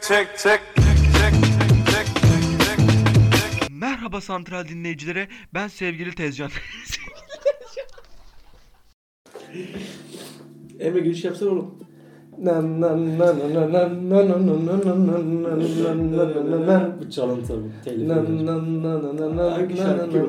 Merhaba Santral dinleyicilere, ben sevgili Tezcan. Emre giriş yapsana oğlum. Bu çalıntı bu. Telif. Hangi şarkı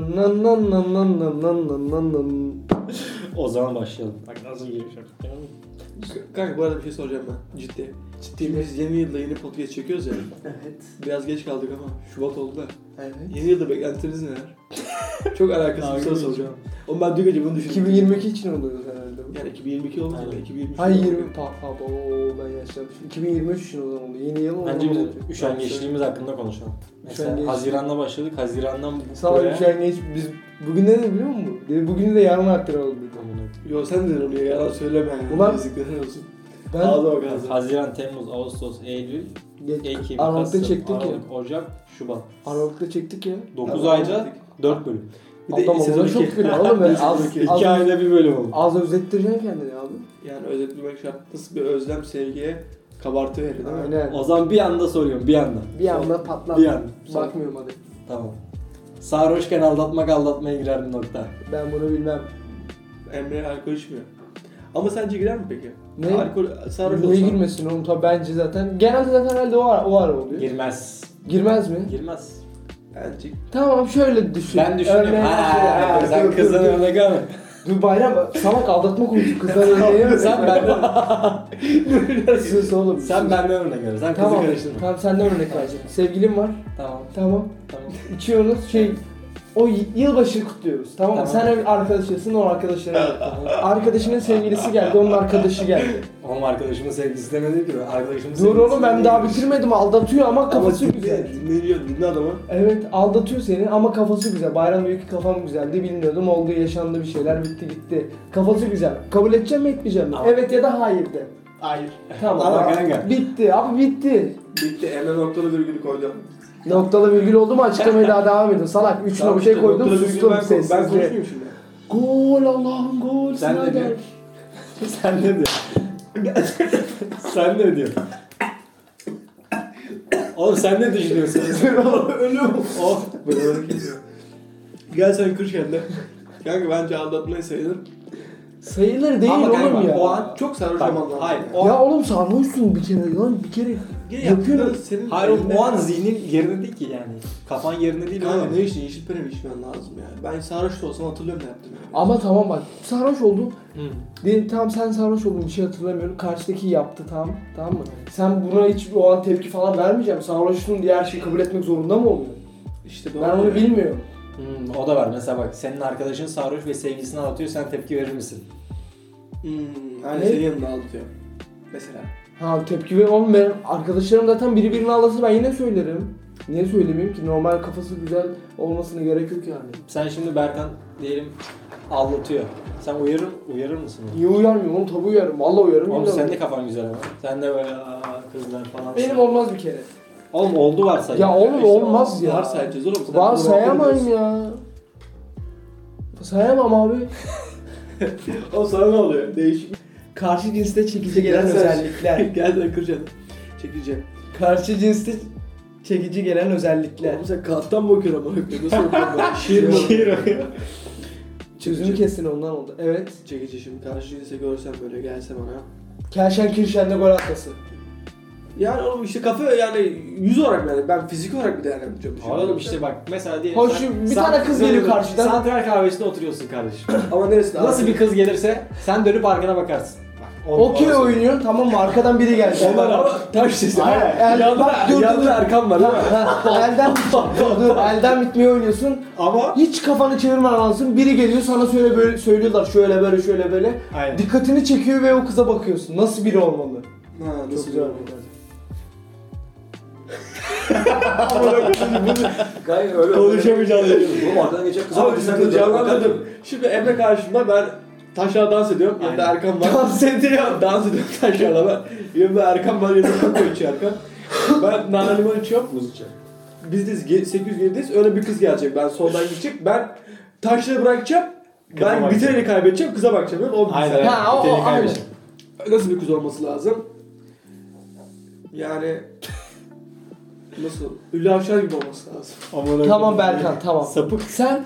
O zaman başlayalım. Bak nasıl giriş yaptık. Kanka bu arada bir şey soracağım ben. Ciddi. Biz yeni yılda yeni podcast çekiyoruz ya. Evet. Biraz geç kaldık ama Şubat oldu da. Evet. Yeni yılda beklentiniz neler? Çok alakasız bir soru soracağım. Oğlum ben dün gece bunu düşündüm. 2022 için oluyoruz herhalde bu. Yani 2022 olmaz mı? Aynen. 2023. Hayır 20 ben yaşlanmışım. 2023 için o zaman oldu. Yeni yıl oldu. Bence biz üşengeçliğimiz hakkında konuşalım. Mesela Üşengeç. Haziran'da başladık. Haziran'dan Sana üşengeç biz bugün ne dedi biliyor musun? Dedi bugünü de yarın arttıralım dedi. Yo sen dedin onu ya, yalan söyleme yani. Ulan- Yazıklar olsun. Ben Ağzına bak ağzına. Haziran, Temmuz, Ağustos, Eylül, Ekim, Aralıkta Kasım, çektik ya. Aralık, Ocak, Şubat. Aralıkta çektik ya. 9 Tamam, ayda çektik. 4 bölüm. Bir de Adam sezon ona çok iki. gülüyor oğlum. Ben az, Sezon iki. 2 az, ayda bir bölüm oldu. az özettireceksin kendini abi. Yani özetlemek şart. Nasıl bir özlem sevgiye kabartı verir değil mi? Aynen. O zaman bir anda soruyorum, bir anda. Bir anda patlat. Bir an. Bakmıyorum hadi. Tamam. Sarhoşken aldatmak aldatmaya girer bir nokta. Ben bunu bilmem. Emre alkol içmiyor. Ama sence girer mi peki? Ne? Alkol sarhoş Niye olsa. girmesin oğlum? Tabii bence zaten. Genelde zaten herhalde o ara oluyor. Girmez. Girmez mi? Girmez. Bence. Tamam şöyle düşün. Ben düşünüyorum. Örneğin- Sen dur, kızın dur, dur. örnek al. Dur Bayram salak aldatma konusu kızlar örneği. Sen benden Sus oğlum. sen benden örnek al. Sen kızı Tamam. karıştırma. Tamam senden örnek vereceğim. Sevgilim var. Tamam. Tamam. Tamam. İçiyoruz. O yılbaşını kutluyoruz. Tamam mı? Tamam. Sen arkadaşısın, o arkadaşların. Arkadaşının sevgilisi geldi, onun arkadaşı geldi. Oğlum arkadaşımın sevgilisi demedi ki. Arkadaşımın Dur sevgilisi oğlum ben demedi. daha bitirmedim. Aldatıyor ama kafası güzel. Dinle adamı. Evet aldatıyor seni ama kafası güzel. Bayram büyük kafam güzeldi bilmiyordum. Oldu yaşandı bir şeyler bitti gitti. Kafası güzel. Kabul edeceğim mi etmeyeceğim mi? Ama- Evet ya da hayır de. Hayır. Tamam. Ama abi, kanka. bitti abi bitti. Bitti. Emre noktalı virgülü koydum. Noktalı virgül oldu mu açıklamaya daha devam edin. Salak 3 Tamam bir şey işte, koydum noktalı virgülü sustum ben sessizce. konuşmayayım şimdi. Gol Allah'ım gol. Sen ne Snyder. diyorsun? Sen ne diyorsun? Sen ne diyorsun? Oğlum sen ne düşünüyorsun? Ölüyorum. Oh. Böyle gidiyor. Gel sen kır kendine. Kanka bence aldatmayı sayılır. Sayılır değil Ama kanka oğlum ya. o an Çok sarhoş Bak, olman lazım. hayır. Ya oğlum sarhoşsun bir kere lan bir kere. Yapıyorum. Senin Hayır oğlum, elinde- o an zihnin yerinde değil ki yani. Kafan yerinde değil Kanka oğlum. ne işte yeşil pere mi içmen lazım yani. Ben sarhoş da olsam hatırlıyorum ne yaptım yani. Ama tamam bak sarhoş oldum. Hı. Dedim tamam sen sarhoş oldun bir şey hatırlamıyorum. Karşıdaki yaptı tamam mı? Sen buna hiç o an tepki falan vermeyeceğim. Sarhoşsun diye her şeyi kabul etmek zorunda mı oluyor? İşte doğru. Ben onu bilmiyorum. O da var. Mesela bak senin arkadaşın sarhoş ve sevgilisini anlatıyor, sen tepki verir misin? Aynı Ne? senin yanında aldatıyor. Mesela. Ha tepki ver oğlum benim arkadaşlarım zaten biri birini ağlasın ben yine söylerim. Niye söylemeyeyim ki? Normal kafası güzel olmasına gerek yok yani. Sen şimdi Berkan diyelim aldatıyor. Sen uyarır mısın onu? Niye uyarmıyorum oğlum tabi uyarım. Valla uyarım. Oğlum bilmiyorum. sen de kafan güzel ama. Sen de böyle kızlar falan. Benim olmaz bir kere. Oğlum oldu varsa. Ya oğlum İşte olmaz ya. Var sayacağız oğlum. Var sayamayım ya. Sayamam abi. O sana ne oluyor? Değişik. Karşı cinste çekici gelen Gel sen- özellikler. Gel sen kır canım. Çekeceğim. Karşı cinste çekici gelen özellikler. Oğlum sen kağıttan mı okuyorsun ama? Nasıl okuyorsun böyle? Şiir mi? Şiir Çözümü kestin ondan oldu. Evet. Çekici şimdi. Karşı cinse görsem böyle gelse bana. Kerşen Kirşen'de gol atması. Yani oğlum işte kafa yani yüz olarak yani ben fizik olarak bir değerlendireceğim. Oğlum işte bak mesela diyelim. Hoş bir tane kız geliyor karşıdan. Santral kahvesinde oturuyorsun kardeşim. Ama neresi? Nasıl bir kız gelirse sen dönüp arkana bakarsın. Bak, Okey oynuyorsun tamam mı? Arkadan biri geldi. Onlar ama taş sesi. Aynen. Bak dur dur. Erkan var değil mi? Elden dur elden bitmeye oynuyorsun. Ama Hiç kafanı çevirmen lazım. Biri geliyor sana söyle böyle söylüyorlar şöyle böyle şöyle böyle. Aynen. Dikkatini çekiyor ve o kıza bakıyorsun. Nasıl biri olmalı? ha, Çok nasıl güzel. Gayet öyle. Konuşamayacağım. Oğlum arkadan geçen kıza bak sen de canlandırdım. Şimdi Emre karşımda ben taşla dans ediyorum. Yanında Aynen. Erkan var. Dans ediyor. Dans ediyorum taşla ben. Yanımda Erkan var. Yanımda kakao içiyor Erkan. Ben nane limon içiyorum. Muz içiyor. Biz de 807'deyiz. Öyle bir kız gelecek. Ben soldan gidecek. Ben taşları bırakacağım. Kıza Ben bakacağım. biterini kaybedeceğim. Kıza bakacağım. O Aynen. Ha, o Biteni aynen. kaybedeceğim. Nasıl bir kız olması lazım? Yani nasıl? Hülya Avşar gibi olması lazım. Tamam Berkan tamam. Sapık. Sen?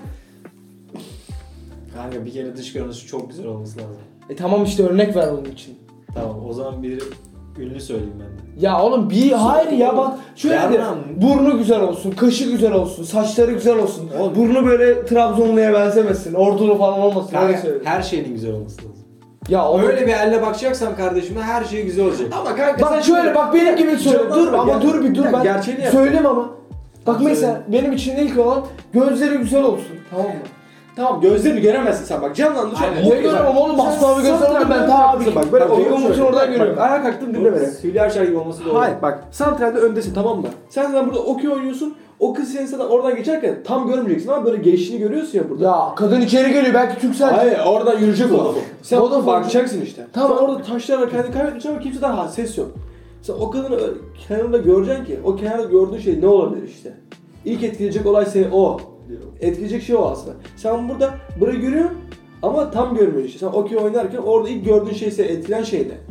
Kanka bir kere dış görünüşü çok güzel olması lazım. Tamam işte örnek ver onun için. Tamam o zaman bir ünlü söyleyeyim ben de. Ya oğlum hayır ya bak şöyle de Berkan. burnu güzel olsun, kaşı güzel olsun, saçları güzel olsun. Burnu böyle Trabzonlu'ya benzemesin, Ordulu falan olmasın öyle Kanka söyle. her şeyin güzel olması lazım. Ya o Öyle bir elle bakacaksam kardeşime her şey güzel olacak. Ama kanka bak şöyle bak benim gibi söyle. Canım Dur bak, ama gel- dur bir dur gel- ben gerçeğini yap. söyleyeyim ama. Bak Söyle. mesela benim için ilk olan gözleri güzel olsun. Tamam mı? Tamam gözlerini göremezsin sen bak canlandı şu an. Aynen. Niye görüyorum oğlum masmavi gözlerim ben ta abi. Bak böyle Umut'un oradan görüyorum. Ayağa kalktım dinle beni. Hülya Avşar gibi olması doğru. Hayır bak santralde öndesin tamam mı? Sen zaten burada okey oynuyorsun. O kız seni zaten oradan geçerken tam görmeyeceksin ama böyle geçtiğini görüyorsun ya burada. Ya kadın içeri geliyor belki Türksel. Hayır oradan yürüyecek o. Sen O da oradan bakacaksın işte. Tamam. Sen orada taşlarla kendini kaybetmişsin ama kimseden ses yok. Sen o kadını kenarında göreceksin ki o kenarda gördüğün şey ne olabilir işte. İlk etkileyecek olay seni o. Etkileyecek şey o aslında. Sen burada burayı görüyorsun ama tam görmüyorsun işte. Sen okey oynarken orada ilk gördüğün şey seni etkilen şey ne?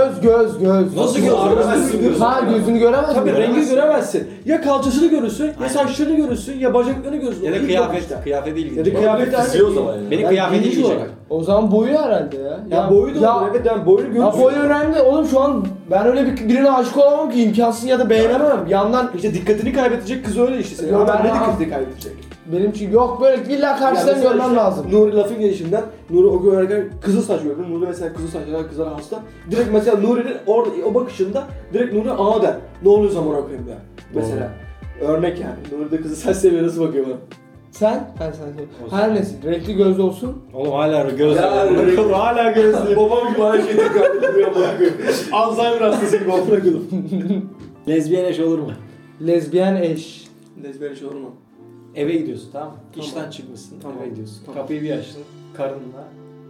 Göz. Nasıl göremezsin? Ha gözünü göremez Tabii mi? rengi göremezsin. Ya kalçasını görürsün, ya saçlarını görürsün, ya bacaklarını görürsün. Ya da İlk kıyafet, bakışta. kıyafet ilginç. Ya da kıyafet Kızıyor o zaman yani. Benim Yani kıyafeti giyiniş ilginç. olarak. O zaman boyu herhalde ya. Ya boyu da olur evet yani boyunu Ya görürsün. boyu önemli. Oğlum şu an ben öyle birine aşık olamam ki imkansız ya da beğenemem. Bir yandan İşte dikkatini kaybedecek kız öyle işte. Senin Yok, ama ben- ne dikkatini kaybedecek? benim için yok böyle illa karşıdan mesela görmem işte lazım. Nuri lafın gelişinden Nuri o gün oynarken kızıl saç gördüm. Nuri mesela kızıl saçlar kızlar hasta. Direkt mesela Nuri'nin orada o bakışında direkt Nuri aa der. Ne oluyor zaman okuyayım der. Mesela. Örnek yani. Nuri de kızıl saç seviyor nasıl bakıyor bana. Sen? Ben sen. Her neyse renkli gözlü olsun. Oğlum hala göz hala gözlü. Babam gibi aynı şeyi tekrar bırakıyor. Alzheimer hastası gibi bırakıyordum. Lezbiyen eş olur mu? Lezbiyen eş. Lezbiyen iş olur mu? Eve gidiyorsun tamam mı? Tamam. İşten çıkmışsın Tamam. eve gidiyorsun. Tamam. Kapıyı bir açtın karınla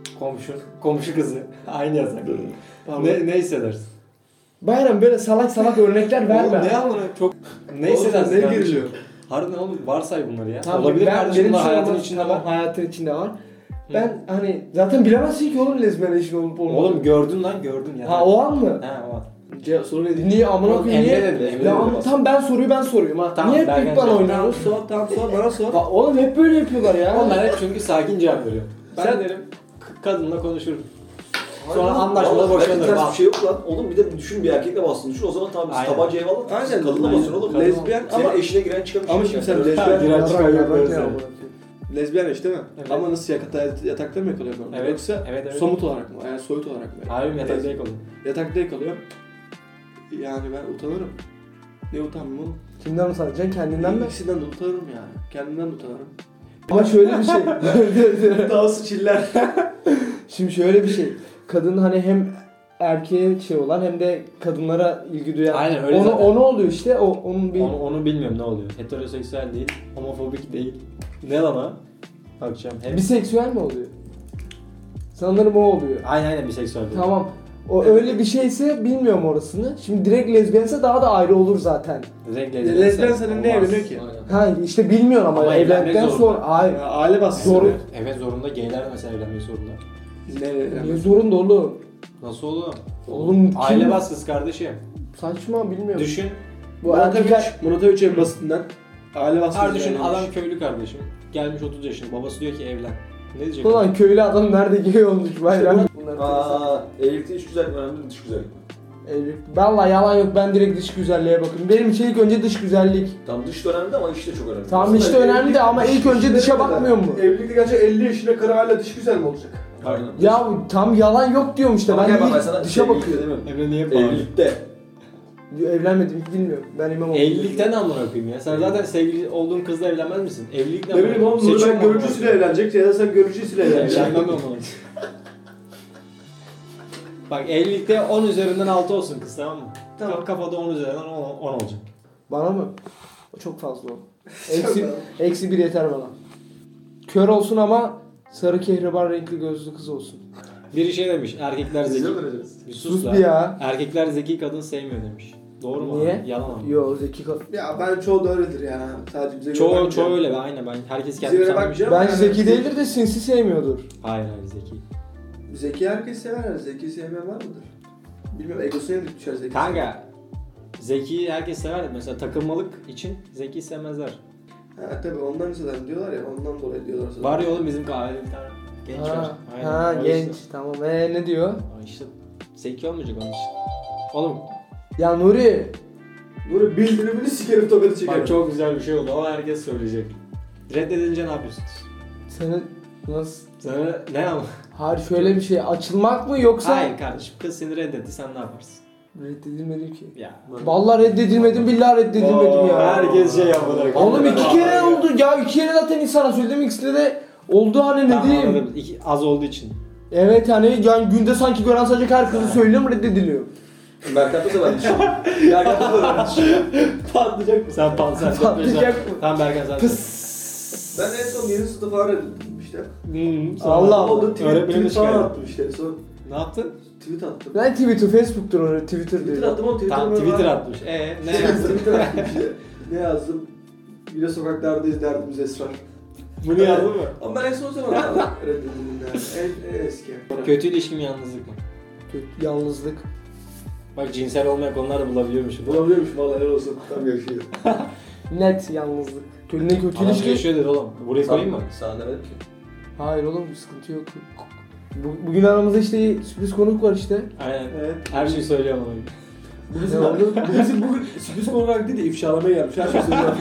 komşu kızı aynı yasak. Pardon. Ne hissedersin? Bayram böyle salak örnekler verme. Oğlum ne anlamı çok ne Oğlum hissedersin sen ne kardeşim? giriliyor? Harbiden oğlum varsay bunları ya. Tamam, Olabilir ben- kardeşim benim bunlar için hayatın olmaz. içinde Tamam, var. hayatın içinde var. Ben hani zaten bilemezsin ki oğlum lezbiyen eşin olup olmadığını. Oğlum gördün lan gördün ya. Ha o an mı? Ha o an. Soru neydi? Niye amına Oğlum, koyayım Emre niye? dedi, Emre Ya dedi ama bas. tam ben soruyorum ha. Tamam, niye hep Bergen büyük bana cevap. oynuyoruz? Tamam sor bana sor. Bak oğlum hep böyle yapıyorlar ya. Oğlum ben hep çünkü sakin cevap veriyorum. Ben Sen- derim kadınla konuşurum. Sonra anlaşmada boşanırım. Ters Al. bir şey yok lan. Oğlum bir de düşün bir erkekle bastın düşün. O zaman tamam biz Aynen. tabanca eyvallah. Aynen. Aynen. Kadınla Aynen. basıyorsun oğlum. Kadın- Lezbiyen Senin ama eşine giren çıkan bir şey ama yok şimdi yani. sen lezbiyen Giren çıkan yok böyle. lezbiyen eş değil mi? Evet. Ama nasıl yatakta mı yakalıyor bunu? Evet, Yoksa evet, evet. somut olarak mı? Yani soyut olarak mı? Harbi yatakta yakalım. Yatakta yakalıyor. Yani ben utanırım. Ne utanmam oğlum? Kimden utanacaksın kendinden mi? İkisinden de utanırım yani. Kendimden de utanırım. Ama şöyle bir şey. Dağısı çiller. Şimdi şöyle bir şey. Kadın hani hem erkeğe şey olan hem de kadınlara ilgi duyan. Aynen, öyle onu, zaten. onu oluyor işte. Onun bir Onu bilmiyorum ne oluyor. Heteroseksüel değil, homofobik değil. Ne lan o? Bakacağım. Hem... biseksüel mi oluyor? Sanırım o oluyor. Aynen biseksüel değil. Tamam. O öyle bir şeyse bilmiyorum orasını. Şimdi direkt lezbiyense daha da ayrı olur zaten. Direkt Lezbiyen senin ne olmaz. evleniyor ki? Ha işte bilmiyorum ama Ama evlendikten evlenmek sonra zorunda. hayır. Ya, aile baskısı. Doğru. Evet zorunda, gayler de mesela evlenmek zorunda. Niye zorunda oğlum? Nasıl oğlum? Oğlum kim? Aile baskısı kardeşim. Saçma bilmiyorum. Düşün. Bu erkekler Murat Övüç en basitinden. Aile baskısı. Her düşün yani. adam köylü kardeşim. Gelmiş 30 yaşında. Babası diyor ki evlen. Ne diyecek? ulan köylü adam nerede gay olmuş bayram. Bunlar Evlilikte iç güzellik önemli, dış güzellik. evlilik. Vallahi yalan yok ben direkt dış güzelliğe bakıyorum. Benim için ilk önce dış güzellik. Tam dış da önemli ama iç de çok önemli. Tamam işte önemli de ama ilk önce dışa bakmıyor mu? Evlilikte gerçekten 50 yaşında karı hala dış güzel mi olacak? Aynen. Ya tam yalan yok diyorum işte. Ama Ben gel bak, ilk ben sana dışa evlilikte bakıyorum. değil mi? Emre niye bağırıyor? Evlilikte. Evlenmedim hiç bilmiyorum. Ben imam oldum. Evlilikten amına koyayım ya. Sen zaten sevgili olduğun kızla evlenmez misin? Evlilik Ne bileyim oğlum Nuri ben görücüsüyle evlenecek ya da sen görücüsüyle evleneceksin. Evlenmem ama. Bak evlilikte 10 üzerinden 6 olsun kız tamam mı? Tamam. Kafada 10 üzerinden 10 olacak. Bana mı? O çok fazla o. Eksi bir yeter bana. Kör olsun ama sarı kehribar renkli gözlü kız olsun. Biri şey demiş, erkekler zeki. İzliyor musunuz? Bir Sus sus bir la. ya. Erkekler zeki kadın sevmiyor demiş. Doğru mu? Niye? Abi? Yalan ama. Yo zeki kadın. Ya ben çoğu da öyledir ya. Sadece bize göre Çoğu bakmayacağım. öyle be aynen ben. Herkes Bize kendi göre sanıyor. bakmayacağım. Bence Yani zeki değildir de sinsi sevmiyordur. Hayır zeki. Zeki herkes sever. Zeki sevmeyen var mıdır? Bilmiyorum egosuna mı düşer zeki? Kanka Zeki'yi herkes sever de mesela takılmalık için Zeki'yi sevmezler. Ha tabii ondan zaten diyorlar ya, ondan dolayı diyorlar. zaten. Var ya oğlum bizim kahvede bir tane genç var. Ha, ha o genç. işte. Tamam. Ne diyor? Ama işte Zeki olmayacak onun için. Oğlum Ya Nuri. Nuri bildirimini sikerim tokadı çekerim. bak çok güzel bir şey oldu ama herkes söyleyecek. Reddedince ne yapıyorsunuz? Senin nasıl? Sana ne ama? Hayır şöyle bir şey. Açılmak mı yoksa? Hayır kardeşim kız seni reddetti sen ne yaparsın? Reddedilmedim ki. Ya. Vallahi reddedilmedim, billahi reddedilmedim ya. Herkes şey yapmadı. Oğlum 2 kere oldu ya, 2 kere zaten insana söyledim, ikisinde de oldu hani ne Tamam, diyeyim. anladım. Az olduğu için. Evet yani günde sanki gören sadece her kızı söylüyorum, reddediliyor. Berkant da ben düşünüyorum. Berkant da ben düşünüyorum. Patlayacak mı? Sen panser Patlayacak mı? Tamam Berkan sen. Pıs. Ben en son 7 sınıfta falan reddedildim işte. Allah Oldu Öğretmenimiz tweet falan geldi. attım işte. Sonra Ne yaptın? tweet attım. Ben Twitter, Facebook'tur onu, Twitter Twitter diyor. attım ama Tamam Twitter atmış. Ne Ne yazdın? Twitter attım işte. Ne yazdım? Yine sokaklardayız derdimiz esrar. Bunu yazdın mı? Ama ben en son zaman reddedildim yani. En eski. Kötü ilişki mi yalnızlık mı? Yalnızlık. Bak cinsel olmayan konular da bulabiliyormuşum. Bulabiliyormuş vallahi helal olsun. Tam yaşıyor. Net yalnızlık. Ne kötü Adam ilişki. yaşıyor dedi oğlum. Buraya koyayım mı? Sana demedim ki. Hayır oğlum, sıkıntı yok. Bugün aramızda işte sürpriz konuk var işte. Aynen. Evet. Her şeyi söylüyorum ona. Bu bizim, bu bizim bugün sürpriz konu olarak değil de ifşalamaya gelmiş. Her şey söylüyorum.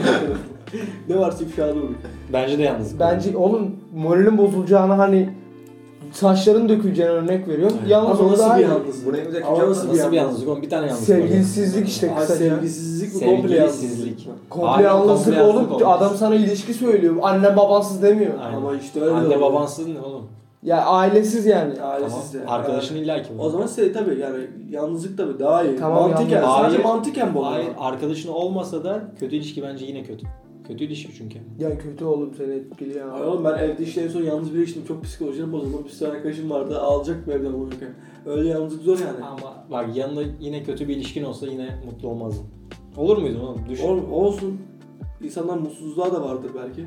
Ne varsa ifşalı bugün. Bence de yalnızlık. Bence oğlum moralin bozulacağına hani saçların döküleceğine örnek veriyorum. Aynen. Yalnız Ama onu nasıl daha bir iyi. yalnızlık? Bu ne güzel Ama nasıl Nasıl bir yalnızlık oğlum? Bir tane yalnızlık var. Sevgilisizlik işte Aa, kısaca. sevgisizlik mi? Komple yalnızlık. Sevgilisizlik. Komple Aynen, yalnızlık komple oğlum. yalnızlık olmuş. Adam sana ilişki söylüyor. Annen babansız demiyor. Aynen. Ama işte öyle Anne oluyor. babansız ne oğlum? Ya ailesiz yani. Ailesiz Tamam. de. Arkadaşın Yani. illaki O zaman tabii yani yalnızlık tabii daha iyi. Tamam, mantıken, yalnız. sadece Hayır. mantıken bu. Hayır, arkadaşın olmasa da kötü ilişki bence yine kötü. Kötü ilişki çünkü. Ya kötü oğlum, seni etkiliyor. Ay oğlum ben evde işte en son yalnız bir içtim. Çok psikolojim bozuldu. Bir sürü arkadaşım vardı. Ağlayacak mı evden bulurken? Öyle yalnızlık zor yani. Ama bak yanında yine kötü bir ilişkin olsa yine mutlu olmazdın. Olur muydun oğlum? Düşün. Oğlum olsun. İnsanlar mutsuzluğa da vardır belki.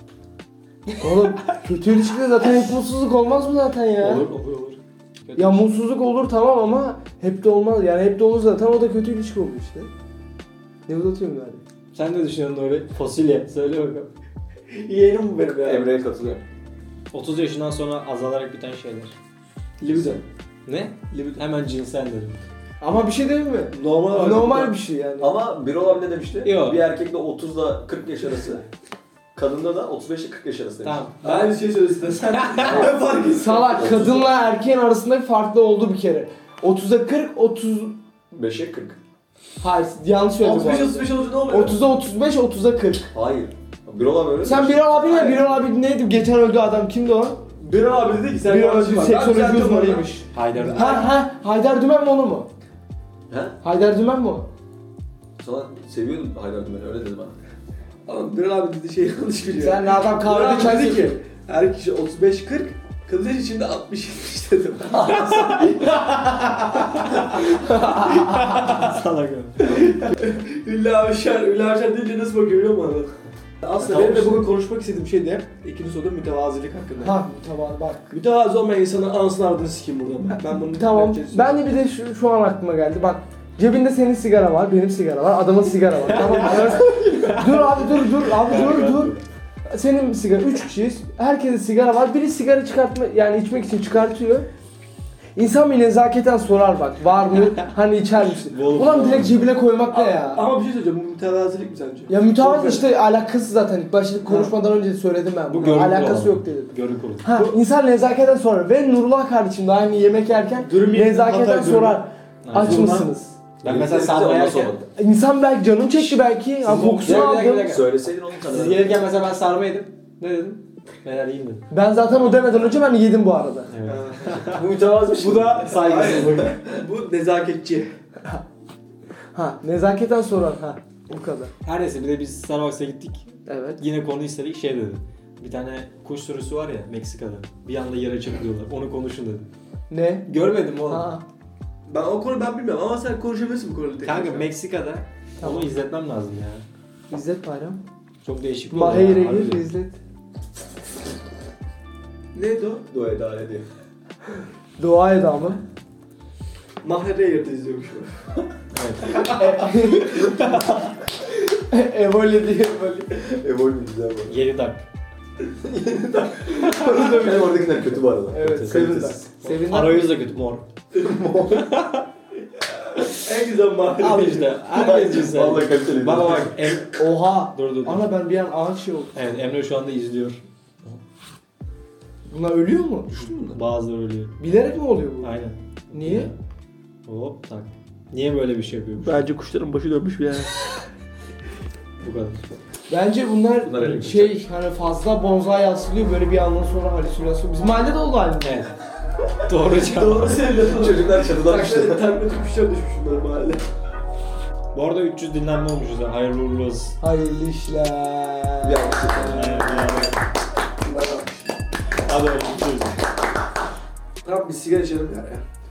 Oğlum kötü ilişkide zaten hep mutsuzluk olmaz mı zaten ya? Olur. Kötü Ya ilişki. mutsuzluk olur tamam ama hep de olmaz. Yani hep de olur zaten, o da kötü ilişki olur işte. Ne uzatıyorum yani? Sen ne düşünüyorsun Nuri? Fosilya. Söyle bakalım. Yeğenim bu benim ya. Emre'ye katılıyorum. 30 yaşından sonra azalarak biten şeyler. Libido. Ne? Libido. Hemen cinsel dedim. Ama bir şey değil mi? Normal. Normal bir şey yani. Ama bir olan ne demişti? Yok. Bir erkekle 30 ile 40 yaş arası. Kadında da 35 ile 40 yaş arası demiş. Tamam. Aynı şey söylesin. Sen ne fark etsin? Salak, kadınla erkeğin arasında farklı oldu bir kere. 30'a 40, 30... 5'e 40. Hayır, yanlış söyledim bu 35 arada. 35 olunca ne oluyor? 30'a 35, 30'a 40. Hayır. Bir olan böyle Sen demiş. Birol abi ne? Birol abi neydi? Geçen öldü adam. Kimdi o? Bir abi dedi ki sen Birol yanlış abi bak. seksoloji uzmanıymış. Haydar. Ha, Haydar Dümen mi onu mu? He? Haydar Dümen mi o? Sana seviyordum Haydar Dümen'i öyle dedi bana. Ama bir abi dedi şey yanlış biliyor. Sen ne adam kahvede Kahvede çay dedi ki her kişi 35-40, kadın içinde 60-70 dedim. Salak öyle. Hülya Avşar deyince nasıl bakıyor biliyor musun adam? Aslında Tamam benim de işte. bugün konuşmak istediğim şey de ikinci soru mütevazilik hakkında. Ha tamam bak. Mütevazi olmayan insanın anasını ardını sikeyim burada. Ben bunu Tamam. yapacağız. Ben de bir de şu an aklıma geldi. Bak. Cebinde senin sigara var, benim sigara var, adamın sigara var. Tamam mı? Dur abi dur. Senin sigara, 3 kişiyiz. Herkesin sigara var. Biri sigara çıkartma, yani içmek için çıkartıyor. İnsan bir nezaketen sorar bak. Var mı? Hani içer misin? Ulan direkt cebine koymak ne ya? Ama bir şey söyleyeceğim. Bu mütevazilik mi sence? Ya mütevazi Çok işte alakası zaten. İlk başta konuşmadan önce söyledim ben Bu bunu. görgü Alakası kuralı. yok dedim. Görgü kuralı. Ha, insan nezaketen sorar. Ve Nurullah kardeşim de aynı yemek yerken Durum yedim, nezaketen Hatay durumu. sorar. Aç Durma. mısınız? Ben mesela Birlikte sarma ondan yerken... sonra. İnsan belki canım çekti belki. Ya, Sizin kokusunu bir dakika, bir aldım. dakika. Söyleseydin onu Siz tanırdım. gelirken mesela ben sarma yedim. Ne dedim? Beyler yiyin dedim. Ben zaten o demeden önce ben yedim bu arada. Evet. Bu mütevazı bir şey. Bu da Saygısızlık. Bu nezaketçi. Ha, nezaketen sorar ha. O kadar. Her neyse bir de biz Starbucks'a gittik. Evet. Yine konu istedik şey dedi. Bir tane kuş sürüsü var ya Meksika'da. Bir anda yere çakılıyorlar. Onu konuşun dedim. Ne? Görmedim oğlum. Ha. Ben o konu ben bilmiyorum ama sen konuşabilirsin bu konuda. Kanka Meksika'da Tamam. onu izletmem lazım ya. İzzet Bayram. Çok değişik bir olay Mahir'e ya, gir, harbiden. İzzet. Neydi o? Dua eda ediyor. Dua edamı. Mahre'ye yerde izliyormuş bu. Evet. Evoli diye Evoli. Evolve güzel bu. 7 dak. Yani oradakiler kötü bu arada. Evet, Sevin'den. Kalitesiz. Sevin'den. Arayüz de kötü mor. En güzel mahallede. Al işte. Herkes cinsel. Vallahi kaliteli. Baba bak. Oha. Dur. Ana ben bir an ağaç şey oldu. Evet Emre şu anda izliyor. Bunlar ölüyor mu? Bazıları ölüyor. Bilerek mi oluyor bu? Aynen. Niye? Hop tak. Niye böyle bir şey yapıyormuş? Bence kuşların başı dönmüş bir yani. Bu kadar. Bence bunlar Bunlar öyle şey hani fazla bonsai asılıyor böyle bir andan sonra halüsinasyon. Bizim mahallede oldu halinde. Evet. Doğru cevap. Doğru söylüyorsun. Çocuklar çatıdan düştü. Taklidi kuşlar düşmüş bunlar mahalle. Bu arada 300 dinlenme olmuşuz ha. Hayırlı uğurlu olsun. Hayırlı işler. Bir yanlışlık. Hadi öyle. Tamam bir sigara içelim ya.